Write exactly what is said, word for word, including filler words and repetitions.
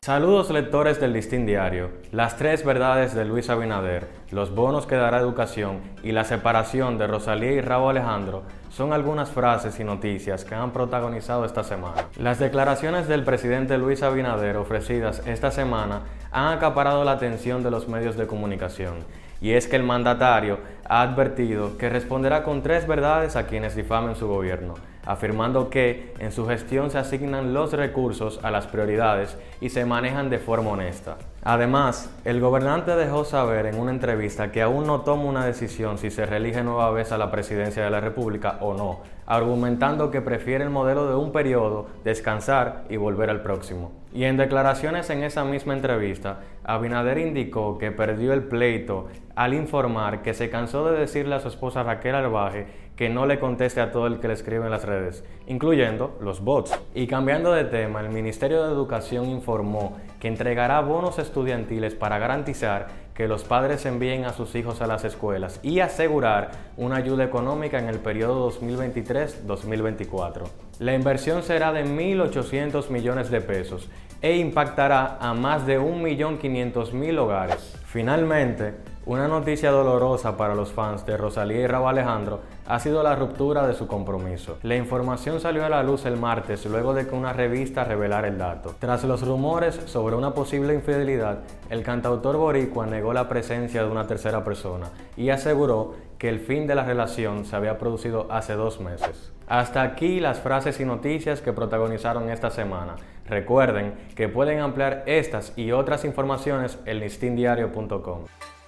Saludos lectores del Listín Diario. Las tres verdades de Luis Abinader, los bonos que dará educación y la separación de Rosalía y Rauw Alejandro son algunas frases y noticias que han protagonizado esta semana. Las declaraciones del presidente Luis Abinader ofrecidas esta semana han acaparado la atención de los medios de comunicación. Y es que el mandatario ha advertido que responderá con tres verdades a quienes difamen su gobierno, afirmando que en su gestión se asignan los recursos a las prioridades y se manejan de forma honesta. Además, el gobernante dejó saber en una entrevista que aún no toma una decisión si se reelige nueva vez a la presidencia de la República o no, argumentando que prefiere el modelo de un periodo, descansar y volver al próximo. Y en declaraciones en esa misma entrevista, Abinader indicó que perdió el pleito al informar que se cansó de decirle a su esposa Raquel Arbaje que no le conteste a todo el que le escribe en las redes, incluyendo los bots. Y cambiando de tema, el Ministerio de Educación informó que entregará bonos estudiantiles para garantizar que los padres envíen a sus hijos a las escuelas y asegurar una ayuda económica en el periodo dos mil veintitrés dos mil veinticuatro. La inversión será de mil ochocientos millones de pesos e impactará a más de un millón quinientos mil hogares. Finalmente, una noticia dolorosa para los fans de Rosalía y Rauw Alejandro ha sido la ruptura de su compromiso. La información salió a la luz el martes luego de que una revista revelara el dato. Tras los rumores sobre una posible infidelidad, el cantautor boricua negó la presencia de una tercera persona y aseguró que el fin de la relación se había producido hace dos meses. Hasta aquí las frases y noticias que protagonizaron esta semana. Recuerden que pueden ampliar estas y otras informaciones en listin diario punto com.